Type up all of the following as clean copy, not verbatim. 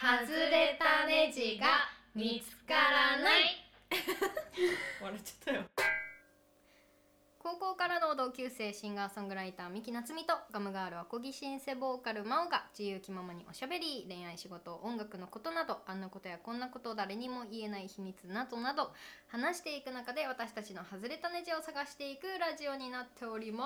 外れたネジが見つからない笑っちゃったよ。 高校からの同級生シンガーソングライター三木夏美とガムガールアコギシンセボーカル真央が自由気ままにおしゃべり、恋愛、仕事、音楽のことなど、あんなことやこんなことを誰にも言えない秘密などなど話していく中で私たちの外れたネジを探していくラジオになっております。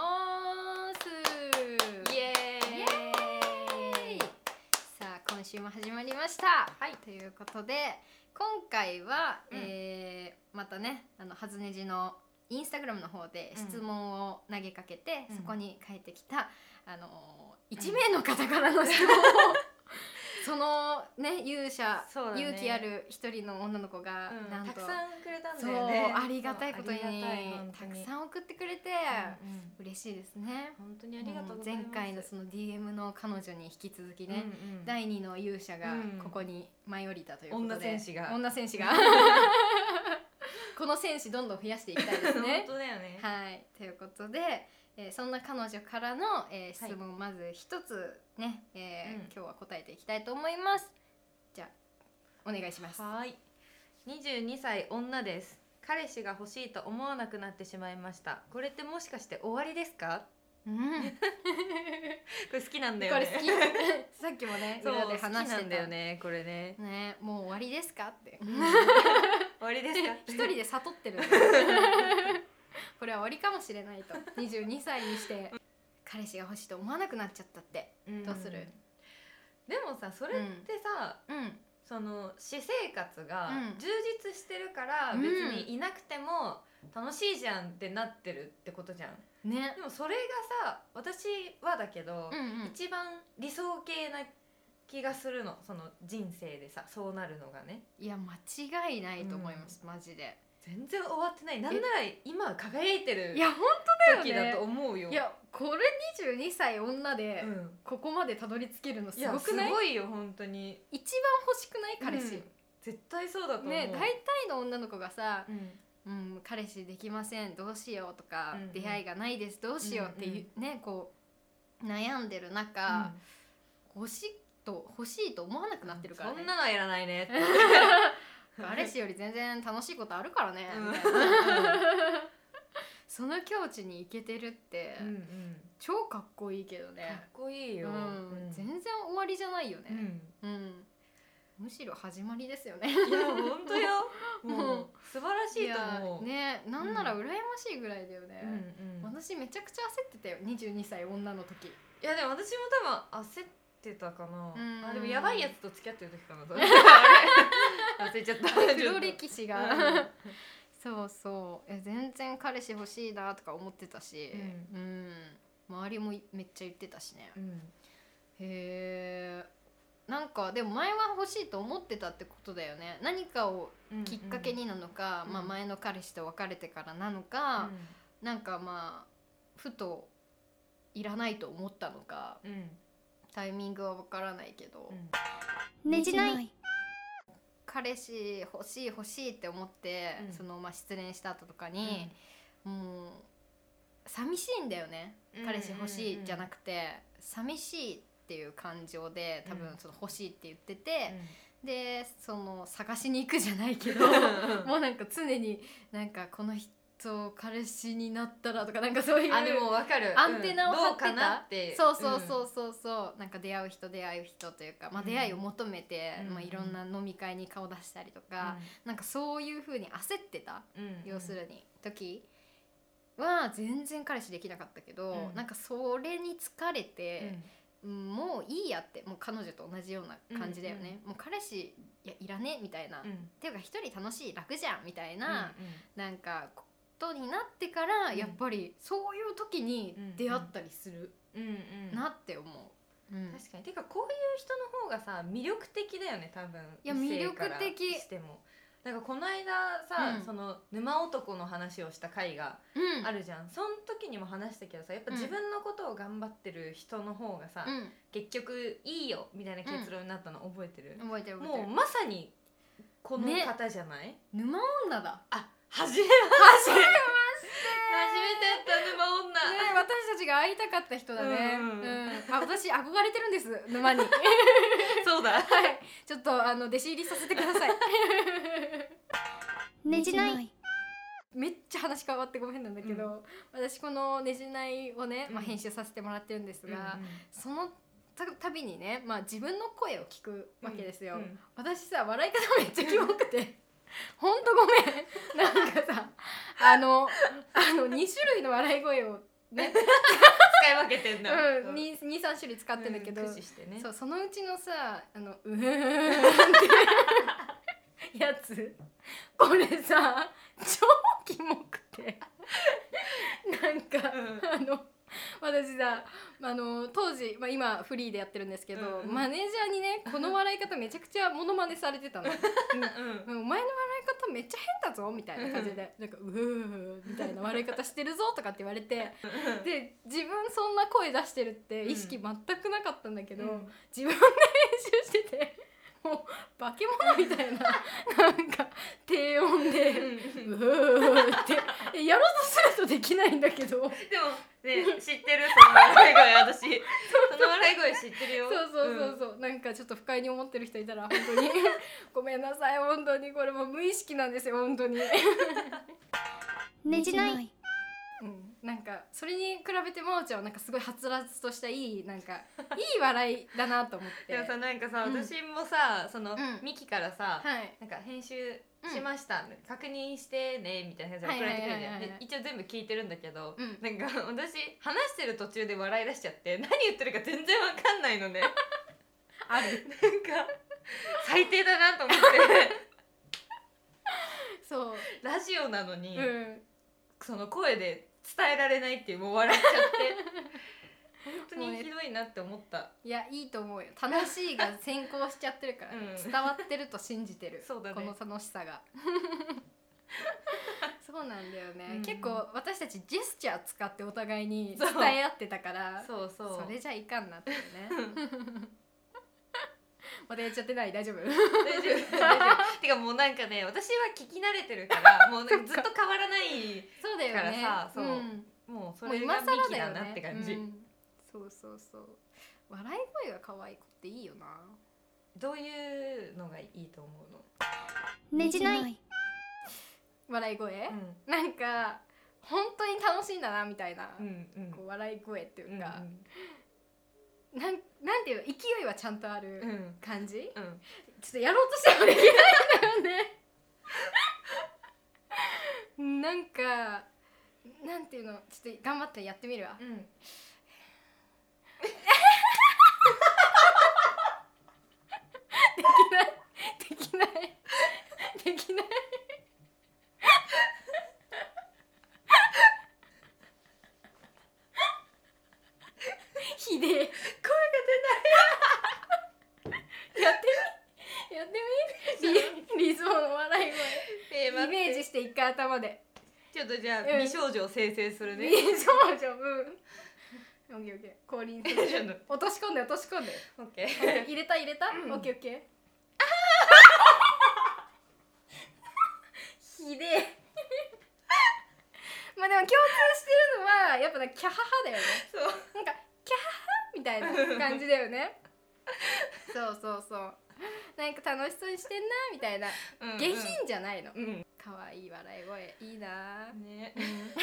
イエーイ。 さあ今週も始まりました、 はい、 ということで今回は、またねハズネジのインスタグラムの方で質問を投げかけて、そこに返ってきた1名の方からの質問をそのね勇者、ね、勇気ある一人の女の子が、なんとたくさんくれたんだよね。 そうありがたいことにたくんさん送ってくれて、嬉しいですね。 本当にありがとうございます。 前回のその DM の彼女に引き続きね、第2の勇者がここに舞い降りたということで、女戦士がこの戦士どんどん増やしていきたいですね。 本当だよね。 はい、ということで、そんな彼女からの、質問をまず一つね、今日は答えていきたいと思います。じゃあお願いします。 はい。22歳女です。彼氏が欲しいと思わなくなってしまいました。これってもしかして終わりですか？これ好きなんだよね。 これ好き。さっきもね裏で話してたんだよね。これね。 ね、もう終わりですかって。 終わりですか？ 一人で悟ってる。これは終わりかもしれないと。22歳にして彼氏が欲しいと思わなくなっちゃったって、どうする？ でもさ、それってさ、その私生活が充実してるから別にいなくても楽しいじゃんってなってるってことじゃん。 ね。でもそれがさ、私はだけど、一番理想系な気がするの、その人生でさ、そうなるのがね。 いや間違いないと思います、マジで。 全然終わってない。なんなら今輝いてる時だと思うよ。 いやこれ22歳女でここまでたどり着けるのすごくない？ すごいよ本当に。 一番欲しくない彼氏、 絶対そうだと思うね。大体の女の子がさ、彼氏できませんどうしようとか、出会いがないですどうしようっていう、ね、こう悩んでる中、欲しいと思わなくなってるからね。 そんなのはいらないねって彼氏より全然楽しいことあるからね、みたいな。その境地に行けてるって、超かっこいいけどね。 かっこいいよ、 全然終わりじゃないよね。むしろ始まりですよね。いや本当よ。もう素晴らしいと思うね。なんなら羨ましいぐらいだよね。私めちゃくちゃ焦ってたよ、22歳女の時。 いやでも私も多分焦ってたかな。あでもやばいやつと付き合ってる時かな。忘れちゃった。 黒歴史が。そうそう。全然彼氏欲しいなとか思ってたし、周りもめっちゃ言ってたしね。へえ。なんかでも前は欲しいと思ってたってことだよね。何かをきっかけになのか、前の彼氏と別れてからなのか、なんかまあふといらないと思ったのか、タイミングは分からないけど、ねじない。彼氏欲しいって思って、その失恋した後とかに、もう寂しいんだよね。彼氏欲しいじゃなくて、寂しいっていう感情で多分その欲しいって言ってて、でその探しに行くじゃないけどもうなんか常になんかこの人彼氏になったらとかなんかそういうでも分かるアンテナを張ってた、 どうかなって。 そうなんか出会う人というか、出会いを求めて、いろんな飲み会に顔出したりとか、なんかそういう風に焦ってた、要するに時は全然彼氏できなかったけど、なんかそれに疲れて、もういいやって、もう彼女と同じような感じだよね。もう彼氏いらねみたいな、っていうか一人楽しい楽じゃんみたいな、なんかになってから、やっぱりそういう時に出会ったりするなって思う。 確かに。てかこういう人の方がさ魅力的だよね多分。 いや魅力的しても。なんかこの間さ、その沼男の話をした回があるじゃん。その時にも話したけどさ、やっぱ自分のことを頑張ってる人の方がさ、結局いいよみたいな結論になったの覚えてる？ 覚えてる。 もうまさにこの方じゃない？ 沼女だ。 はじめまして。 めて会った沼女、 ね、私たちが会いたかった人だね。私憧れてるんです、沼に。 そうだ、 はい、ちょっと弟子入りさせてください。ねじない。めっちゃ話変わってごめんなんだけど、私このねじないをね、編集させてもらってるんですが、そのたびにね、自分の声を聞くわけですよ。私さ、笑い方めっちゃキモくてほんとごめん。なんかさ、2種類の笑い声をね使い分けてんだ。 2、3種類使ってんだけど、そのうちのさ、うーんってやつ、これさ超キモくてなんか、私さ、当時、今フリーでやってるんですけど、マネージャーにね、この笑い方めちゃくちゃモノマネされてたの。お前の笑い方めっちゃ変だぞみたいな感じで、なんかうーみたいな笑い方してるぞとかって言われて、で自分そんな声出してるって意識全くなかったんだけど、自分で編集してて。もう化け物みたいななんか低音でうーってやろうとするとできないんだけど、でもね、知ってるその笑い声、私その笑い声知ってるよ。 そう、なんかちょっと不快に思ってる人いたら本当にごめんなさい、本当にこれも無意識なんですよ、本当に。ねじない。なんかそれに比べて真央ちゃんはなんかすごいはつらつとしたいい笑いだなと思って。 でもさ、なんかさ、私もさ、その、ミキからさ、なんか編集しました、確認してねみたいな感じで送られてくるじゃん。で一応全部聞いてるんだけど、なんか私話してる途中で笑い出しちゃって何言ってるか全然わかんないのね。 ある。 なんか最低だなと思って。 そうラジオなのに、その声で伝えられないっていう、もう笑っちゃって本当にひどいなって思った。 いや、いいと思うよ。楽しいが先行しちゃってるから、伝わってると信じてる。 そうだね、 この楽しさが。そうなんだよね、結構私たちジェスチャー使ってお互いに伝え合ってたから、それじゃいかんなっていうね。またやっちゃってない？大丈夫？大丈夫。てかもうなんかね、私は聞き慣れてるからもうずっと変わらないからさ、もうそれがミキだなって感じ。 そう笑い声が可愛い子っていいよな。 どういうのがいいと思うの？ ねじない笑い声、なんか本当に楽しいんだなみたいな、こう笑い声っていうか、なんていうの、勢いはちゃんとある感じ、ちょっとやろうとしてもできないんだよね。なんかなんていうの、ちょっと頑張ってやってみるわ。できないひでえ、声が出ない。やってみリズムの笑い声、イメージして一回頭でちょっとじゃあ、美少女を生成するね。 美少女、オッケー、降臨する。落とし込んで、オッケー。入れた、オッケー。ひでえ。まあでも共通してるのはやっぱね、キャハハだよね。そうなんかキャハハみたいな感じだよね。そうなんか楽しそうにしてんなみたいな、下品じゃないの。可愛い笑い声いいなね。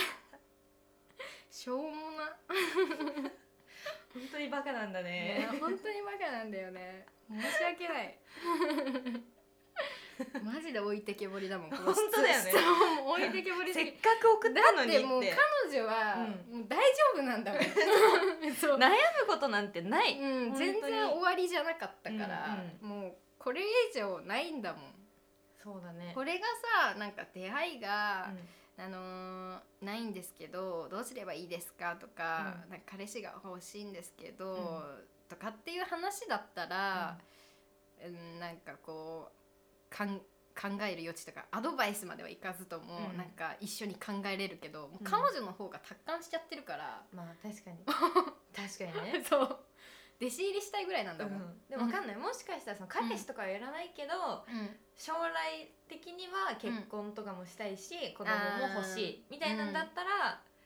しょうもな。 本当にバカなんだね。 本当にバカなんだよね。申し訳ない。マジで置いてけぼりだもん。 本当だよね。 置いてけぼり。 せっかく送ったのにって。 だってもう彼女はもう大丈夫なんだもん。 そう悩むことなんてない。 全然終わりじゃなかったから、もうこれ以上ないんだもん。 そうだね。 これがさ、なんか出会いが、ないんですけどどうすればいいですかとか、なんか彼氏が欲しいんですけど、とかっていう話だったら、なんかこう考える余地とかアドバイスまではいかずとも、なんか一緒に考えれるけど、もう彼女の方が達観しちゃってるから、 まあ確かにね。 そう弟子入りしたいぐらいなんだもん。 でも分かんない、もしかしたらその彼氏とかはやらないけど、将来的には結婚とかもしたいし、子供も欲しいみたいなんだったら、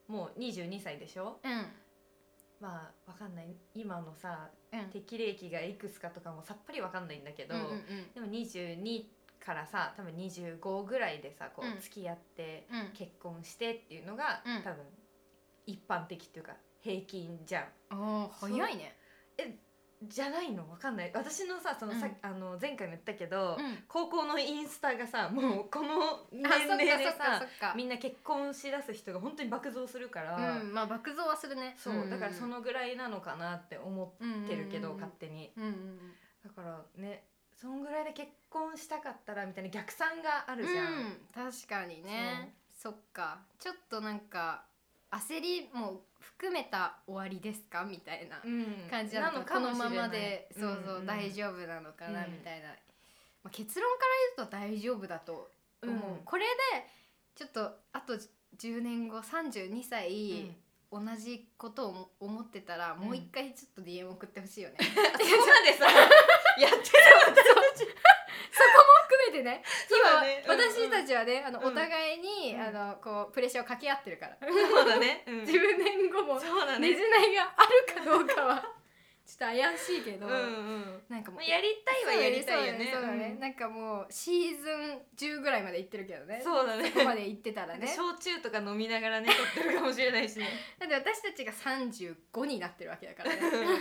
もう22歳でしょ。まあわかんない、今のさ、適齢期がいくつかとかもさっぱりわかんないんだけど、でも22からさ多分25ぐらいでさこう付き合って、結婚してっていうのが、多分一般的っていうか平均じゃん。 早いね。 じゃないのわかんない。私のさそのさ、前回も言ったけど、高校のインスタがさもうこの年齢でさみんな結婚しだす人が本当に爆増するから、 まあ爆増はするね。 そうだからそのぐらいなのかなって思ってるけど、勝手に、だからねそんぐらいで結婚したかったらみたいな逆算があるじゃん。 確かにね。そっか、ちょっとなんか焦りも含めた終わりですかみたいな感じなのか、このままで大丈夫なのかなみたいな、結論から言うと大丈夫だと思う、これでちょっとあと10年後32歳、同じことを思ってたら、もう一回ちょっと DM 送ってほしいよね。 そこまでさやってる私たちそこも含めてね、今、私たちはねお互いに、こうプレッシャーを掛け合ってるから。 そうだね、 10年後もねじないがあるかどうかはちょっと怪しいけど、なんかもうやりたいはやりたいよね。 そうだね、なんかもうシーズン10ぐらいまで行ってるけどね。 そうだね、 そこまで行ってたらね焼酎とか飲みながらね撮ってるかもしれないしね。 だって私たちが35になってるわけだからね。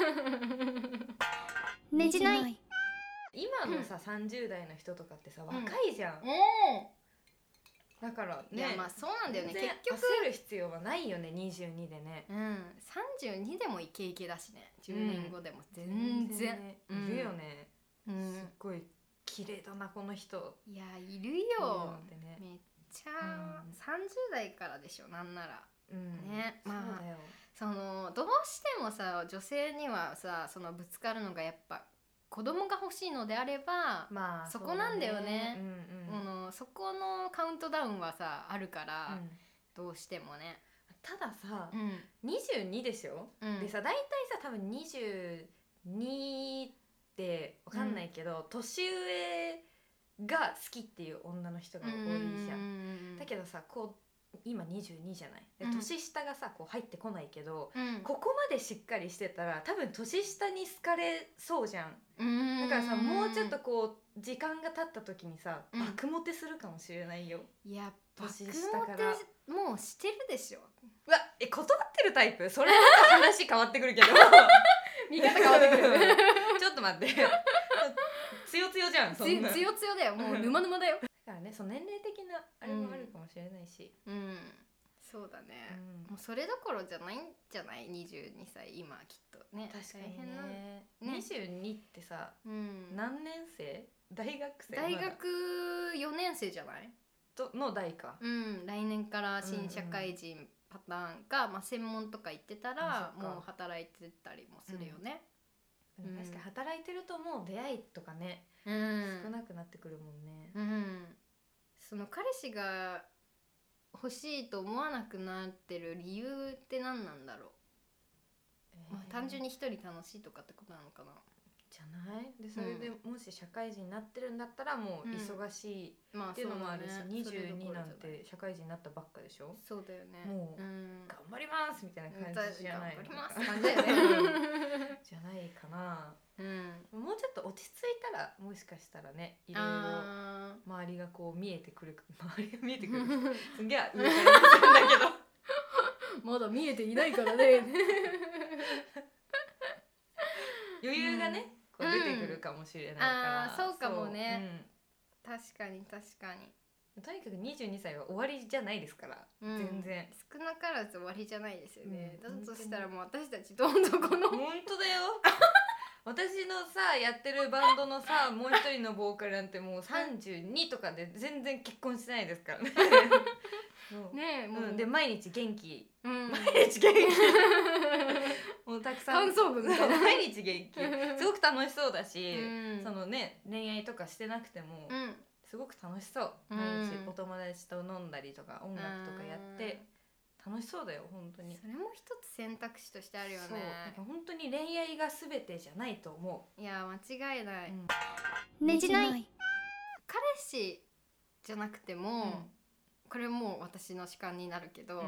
ねじない。今のさ、30代の人とかってさ若いじゃん、だからね。 いやまあそうなんだよね、結局焦る必要はないよね。22でね、 32でもイケイケだしね、10年後でも全然いるよね、すっごい綺麗だなこの人。 いやいるよ、めっちゃ30代からでしょ、なんならね。まあそのどうしてもさ女性にはさそのぶつかるのがやっぱ子供が欲しいのであれば、そこなんだよね。そこのカウントダウンはさあるから、どうしてもね。 たださ、22でしょ、でさ大体さ多分22って分かんないけど、年上が好きっていう女の人が多いじゃん。だけどさこう今22じゃないで、年下がさこう入ってこないけど、ここまでしっかりしてたら多分年下に好かれそうじゃん。だからさもうちょっとこう時間が経った時にさ、爆モテするかもしれないよ。 いや爆モテもうしてるでしょ。 うわ断ってるタイプ。それ話変わってくるけど見方変わってくるちょっと待ってつよつよじゃん。そんなつよつよだよ、もう沼沼だよだからね、その年齢的なあれもあるかもしれないし、 そうだね、もうそれどころじゃないんじゃない。22歳今きっとね。 確かにね。22ってさ、何年生？大学生？ 大学4年生じゃないの代か。 来年から新社会人パターンか、専門とか行ってたらもう働いてたりもするよね。 確かに働いてるともう出会いとかね、少なくなってくるもんね。 その彼氏が欲しいと思わなくなってる理由って何なんだろう。単純に一人楽しいとかってことなのかな。 じゃないで、それでもし社会人になってるんだったらもう忙しいっていうのもあるし、22なんて社会人になったばっかでしょ。 そうだよね。 もう頑張りますみたいな感じじゃない。 頑張りますって感じだよねじゃないかな。もうちょっと落ち着いたらもしかしたらね、いろいろ周りがこう見えてくる周りが見えてくるすげえ上から言ってるんだけどまだ見えていないからね余裕がねこう出てくるかもしれないから、 そうかもね、確かに確かに。 とにかく22歳は終わりじゃないですから、全然少なからず終わりじゃないですよね。だとしたらもう私たちどんどんこの本当だよ私のさやってるバンドのさもう一人のボーカルなんてもう32とかで全然結婚してないですからねねえもう、 で毎日元気、毎日元気もうたくさん感想文みたいな毎日元気すごく楽しそうだし、そのね恋愛とかしてなくても、すごく楽しそう、毎日お友達と飲んだりとか音楽とかやって楽しそうだよ本当に。 それも一つ選択肢としてあるよね。 そうなんか本当に恋愛が全てじゃないと思う。いや間違いない、 ねじない。 彼氏じゃなくても、これもう私の主観になるけど、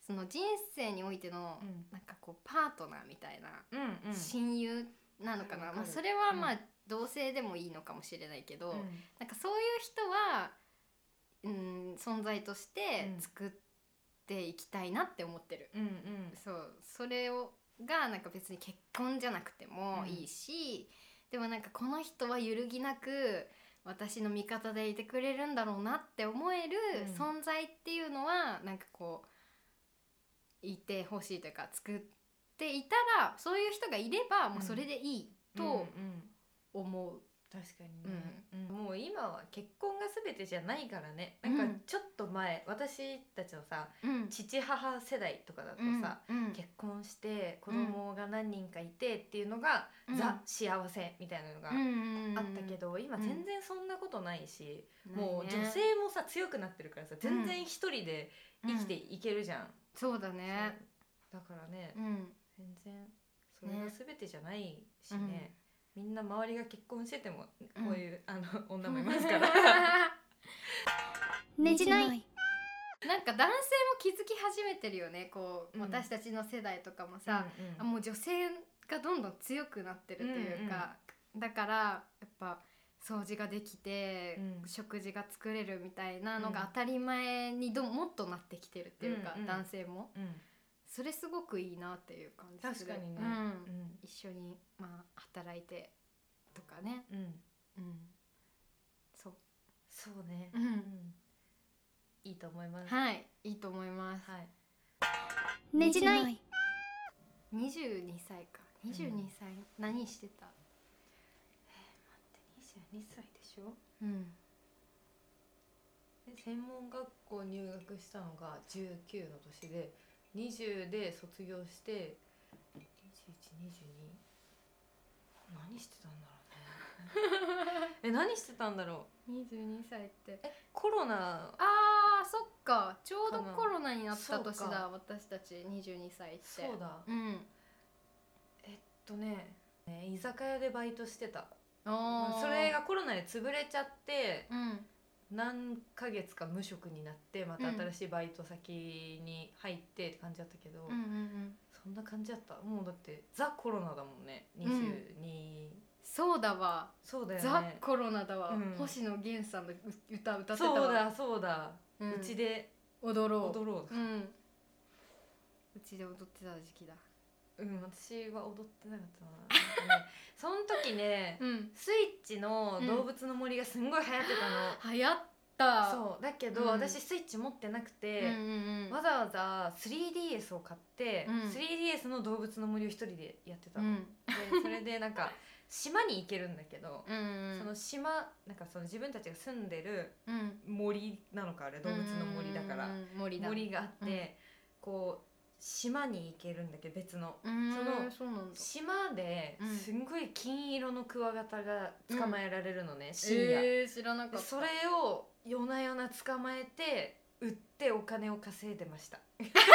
その人生においての、なんかこうパートナーみたいな、親友なのかな、それはまあ、同性でもいいのかもしれないけど、なんかそういう人は、存在として作っていきたいなって思ってる、そうそれがなんか別に結婚じゃなくてもいいし、でもなんかこの人は揺るぎなく私の味方でいてくれるんだろうなって思える存在っていうのはなんかこういてほしいというか、作っていたらそういう人がいればもうそれでいいと思う。 確かにね、もう今は結婚が全てじゃないからね。なんかちょっと前、私たちのさ、父母世代とかだとさ、結婚して子供が何人かいてっていうのが、ザ幸せみたいなのがあったけど、今全然そんなことないし、もう女性もさ強くなってるからさ、全然一人で生きていけるじゃん。 そうだね。 だからね、全然それが全てじゃないしね。みんな周りが結婚しててもこういう、女もいますからねじない。なんか男性も気づき始めてるよね。こう、私たちの世代とかもさ、もう女性がどんどん強くなってるというか、だからやっぱ掃除ができて、食事が作れるみたいなのが当たり前にもっとなってきてるっていうか、男性も、それすごくいいなっていう感じする。 確かにね、 一緒にまあ働いてとかね、 そうね、いいと思います。 はい、いいと思います。 はい。 ねじない。22歳か。22歳、何してた？ 待って、22歳でしょ。専門学校入学したのが19の年で、20で卒業して21、22、何してたんだろうね何してたんだろう。 22歳ってコロナ。 そっか、ちょうどコロナになった年だ。私たち22歳って。 そうだ。居酒屋でバイトしてた。それがコロナで潰れちゃって、何ヶ月か無職になってまた新しいバイト先に入ってって感じだったけど、そんな感じだった。もうだってザ・コロナだもんね、22。 そうだわ。 そうだよね。 ザ・コロナだわ。星野源さんの歌ってたわ。 そうだそうだ。うちで踊ろう。 うちで踊ってた時期だ。 私は踊ってなかったな。その時ね、スイッチの動物の森がすんごい流行ってたの。 流行った。 そうだけど、私スイッチ持ってなくて、わざわざ 3DS を買って、3DS の動物の森を一人でやってたの。でそれでなんか島に行けるんだけど、その島、なんかその自分たちが住んでる森なのか、あれ動物の森だから森があって、こう島に行けるんだけど、別のその島ですんごい金色のクワガタが捕まえられるのね、深夜。 知らなかった。 それを夜な夜な捕まえて売ってお金を稼いでました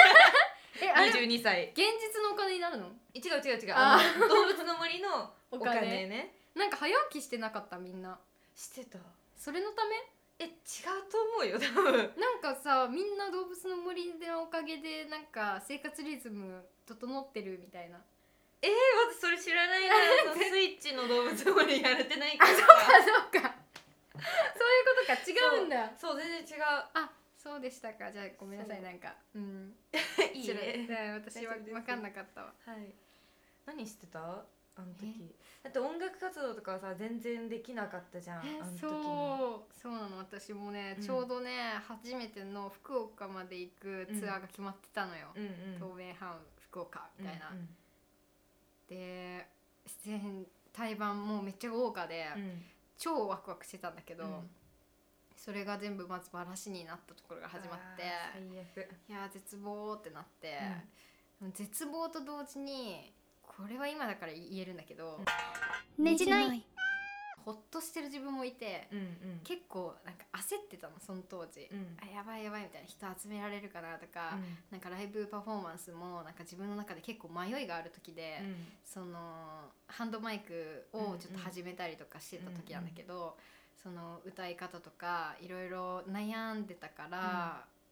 22歳。 現実のお金になるの？ 違う動物の森のお金ね。 なんか早起きしてなかった？みんなしてた。 それのため？ 違うと思うよ多分。 なんかさ、みんな動物の森のおかげでなんか生活リズム整ってるみたいな。 私それ知らないなスイッチの動物の森やれてないから。 そうかそういうことか。違うんだ。 そう全然違う。 そうでしたか。じゃあごめんなさい。なんかいいね。 私は分かんなかったわ。 はい。何してた？あの時。だって音楽活動とかはさ全然できなかったじゃん。 そうなの。私もね、ちょうどね初めての福岡まで行くツアーが決まってたのよ。東名阪福岡みたいな。で出演対バンもめっちゃ豪華で、超ワクワクしてたんだけど、それが全部まずバラシになったところが始まって、 最悪。 いや絶望ってなって、絶望と同時にこれは今だから言えるんだけど、ねじない。ほっとしてる自分もいて、結構なんか焦ってたのその当時。やばいみたいな、人集められるかなとか、なんかライブパフォーマンスもなんか自分の中で結構迷いがある時で、そのハンドマイクをちょっと始めたりとかしてた時なんだけど、その歌い方とかいろいろ悩んでたから、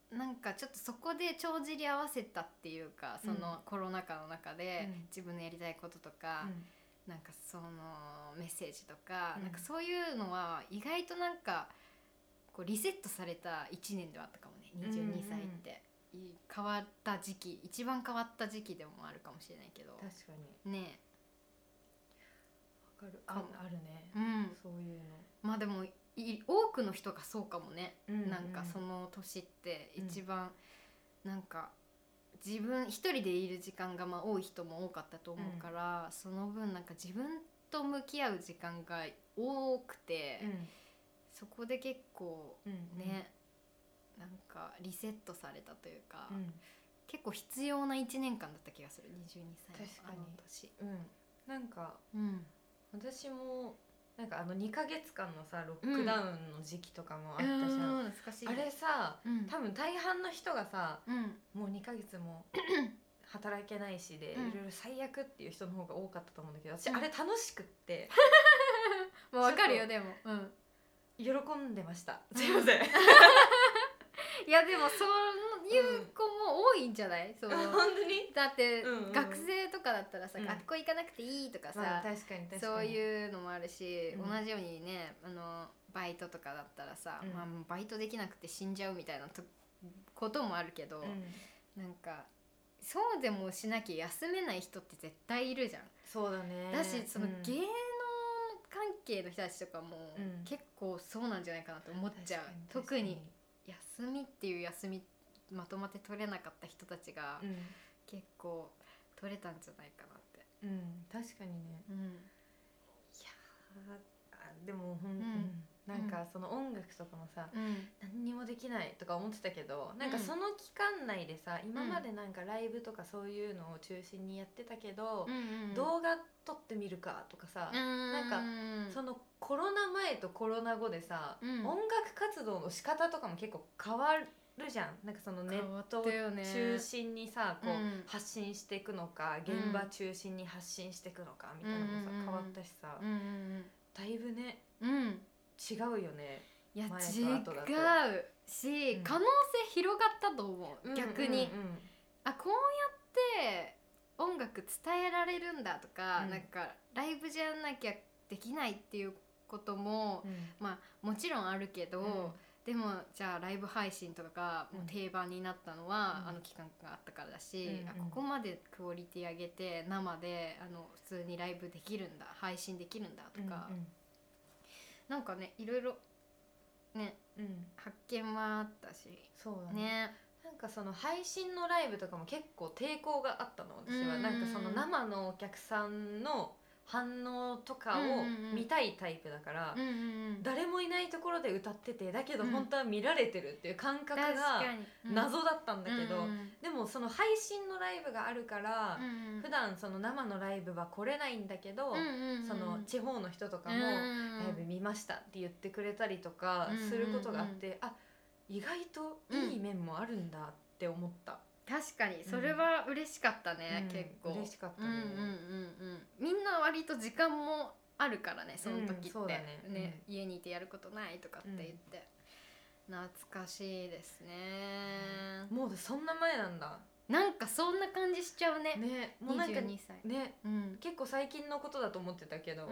なんかちょっとそこで帳尻合わせたっていうか、そのコロナ禍の中で自分のやりたいこととか、なんかそのメッセージとか、なんかそういうのは意外となんかこうリセットされた1年ではあったかもね。22歳って変わった時期、一番変わった時期でもあるかもしれないけど。 確かにねえ、わかる。あるね、そういうの。 まあでも多くの人がそうかもね、なんかその年って一番なんか自分一人でいる時間がまあ多い人も多かったと思うから、その分なんか自分と向き合う時間が多くて、そこで結構ね、なんかリセットされたというか、結構必要な1年間だった気がする、22歳のあの年。 なんか、私もなんか2ヶ月間のさロックダウンの時期とかもあったじゃん、 懐かしいね。 あれさ、多分大半の人がさ、もう2ヶ月も働けないしで、いろいろ最悪っていう人の方が多かったと思うんだけど、私あれ楽しくってもう分かるよ。でも喜んでました。すいませんいやでもそういう子も多いんじゃない？そう本当に？ だって学生とかだったらさ、学校行かなくていいとかさ、 確かにそういうのもあるし、同じようにね、バイトとかだったらさ、まあ、バイトできなくて死んじゃうみたいなこともあるけど、なんかそうでもしなきゃ休めない人って絶対いるじゃん。 そうだね。 だしその芸能関係の人たちとかも結構そうなんじゃないかなと思っちゃう。特に休みっていう休みまとまって取れなかった人たちが結構取れたんじゃないかなって。 確かにね。いやでもなんかその音楽とかもさ、何にもできないとか思ってたけど、なんかその期間内でさ、今までなんかライブとかそういうのを中心にやってたけど、動画撮ってみるかとかさ、なんかそのコロナ前とコロナ後でさ、音楽活動の仕方とかも結構変わるじゃん。なんかそのネットを中心にさ、こう発信していくのか、現場中心に発信していくのかみたいなのもさ変わったしさ、だいぶね違うよね。 いや違うし、可能性広がったと思う、逆に。あ、こうやって音楽伝えられるんだとか、なんかライブじゃなきゃできないっていうことも、まあもちろんあるけど、でもじゃあライブ配信とかがもう定番になったのは、あの期間があったからだし、ここまでクオリティ上げて生で普通にライブできるんだ、配信できるんだとか、なんかね、いろいろね、発見はあったし。 そうだね。なんかその配信のライブとかも結構抵抗があったの、私は。なんかその生のお客さんの反応とかを見たいタイプだから、誰もいないところで歌ってて、だけど本当は見られてるっていう感覚が謎だったんだけど、でもその配信のライブがあるから、普段その生のライブは来れないんだけど、その地方の人とかもライブ見ましたって言ってくれたりとかすることがあって、あ、意外といい面もあるんだって思った。 確かにそれは嬉しかったね、結構嬉しかったね。 みんな割と時間もあるからね、その時って、 ね、 家にいてやることないとかって言って、懐かしいですね。 もうそんな前なんだ。 なんかそんな感じしちゃうね。 もうなんか 22歳ね、結構最近のことだと思ってたけど、そう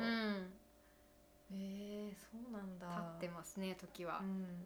なんだ。 経ってますね、時は。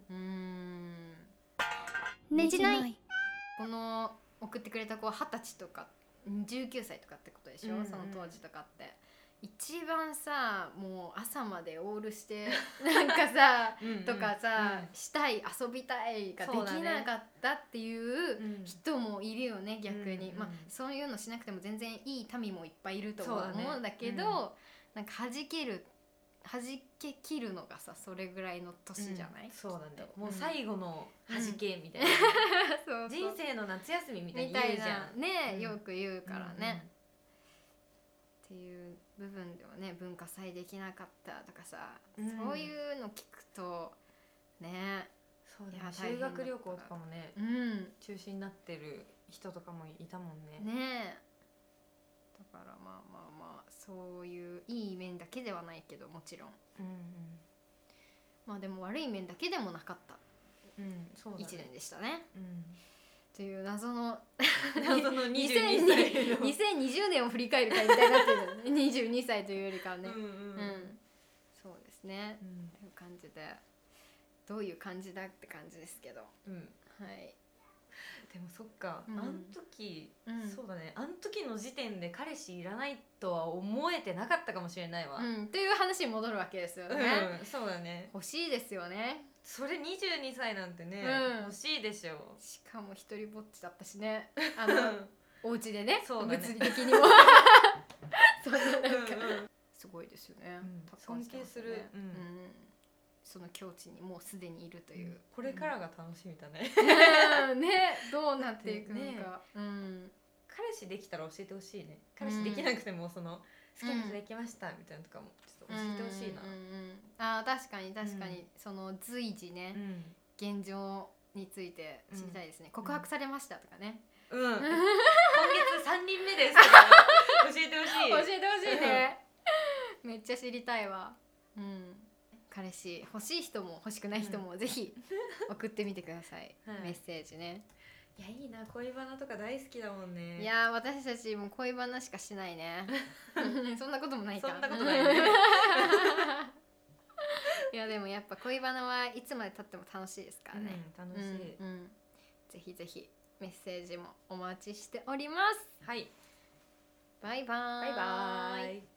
ねじない。 この送ってくれた子は20歳とか19歳とかってことでしょ、その当時とかって。一番さ、もう朝までオールしてなんかさとかさ、したい、遊びたいができなかったっていう人もいるよね、逆に。まあそういうのしなくても全然いい民もいっぱいいると思うんだけど、なんか弾け切るのがさ、それぐらいの年じゃない？ そうだね。もう最後の弾けみたいな、人生の夏休みみたいな言うじゃんね、よく言うからね。っていう部分ではね、文化祭できなかったとかさ、そういうの聞くとね。 そうだね。修学旅行とかもね、中止になってる人とかもいたもんね。 ね。だからまあそういういい面だけではないけど、もちろん、まあでも悪い面だけでもなかったそうだね、 1年でしたね、 うん、 という謎の 22歳の 2020年を振り返る会みたいになってるのね22歳というよりかはね、そうですね、という感じでどういう感じだって感じですけど、はい。 でもそっか、あん時、そうだね、あん時の時点で彼氏いらないとは思えてなかったかもしれないわ、 っていう話に戻るわけですよね、 そうだね、 欲しいですよね、 それ22歳なんてね、欲しいでしょ。 しかも一人ぼっちだったしね、お家でね、 そうだね、 物理的にもそんななんか、すごいですよね、 尊敬する、 その境地にもうすでにいるという、 これからが楽しみだねね、どうなっていくのか、 彼氏できたら教えてほしいね。彼氏できなくてもその好きな人できましたみたいなとかもちょっと教えてほしいな。 あ、確かに確かに、その随時ね、現状について知りたいですね、告白されましたとかね、 今月3人目ですとか教えてほしい教えてほしいねめっちゃ知りたいわ。彼氏欲しい人も欲しくない人もぜひ送ってみてください、メッセージね。 いや、いいな、恋バナとか大好きだもんね。 いや、私たちも恋バナしかしないねそんなこともないか、 そんなことないねいや、でもやっぱ恋バナはいつまでたっても楽しいですからね、 楽しい、 ぜひぜひメッセージもお待ちしております。 はい、 バイバーイ。 バイバーイ。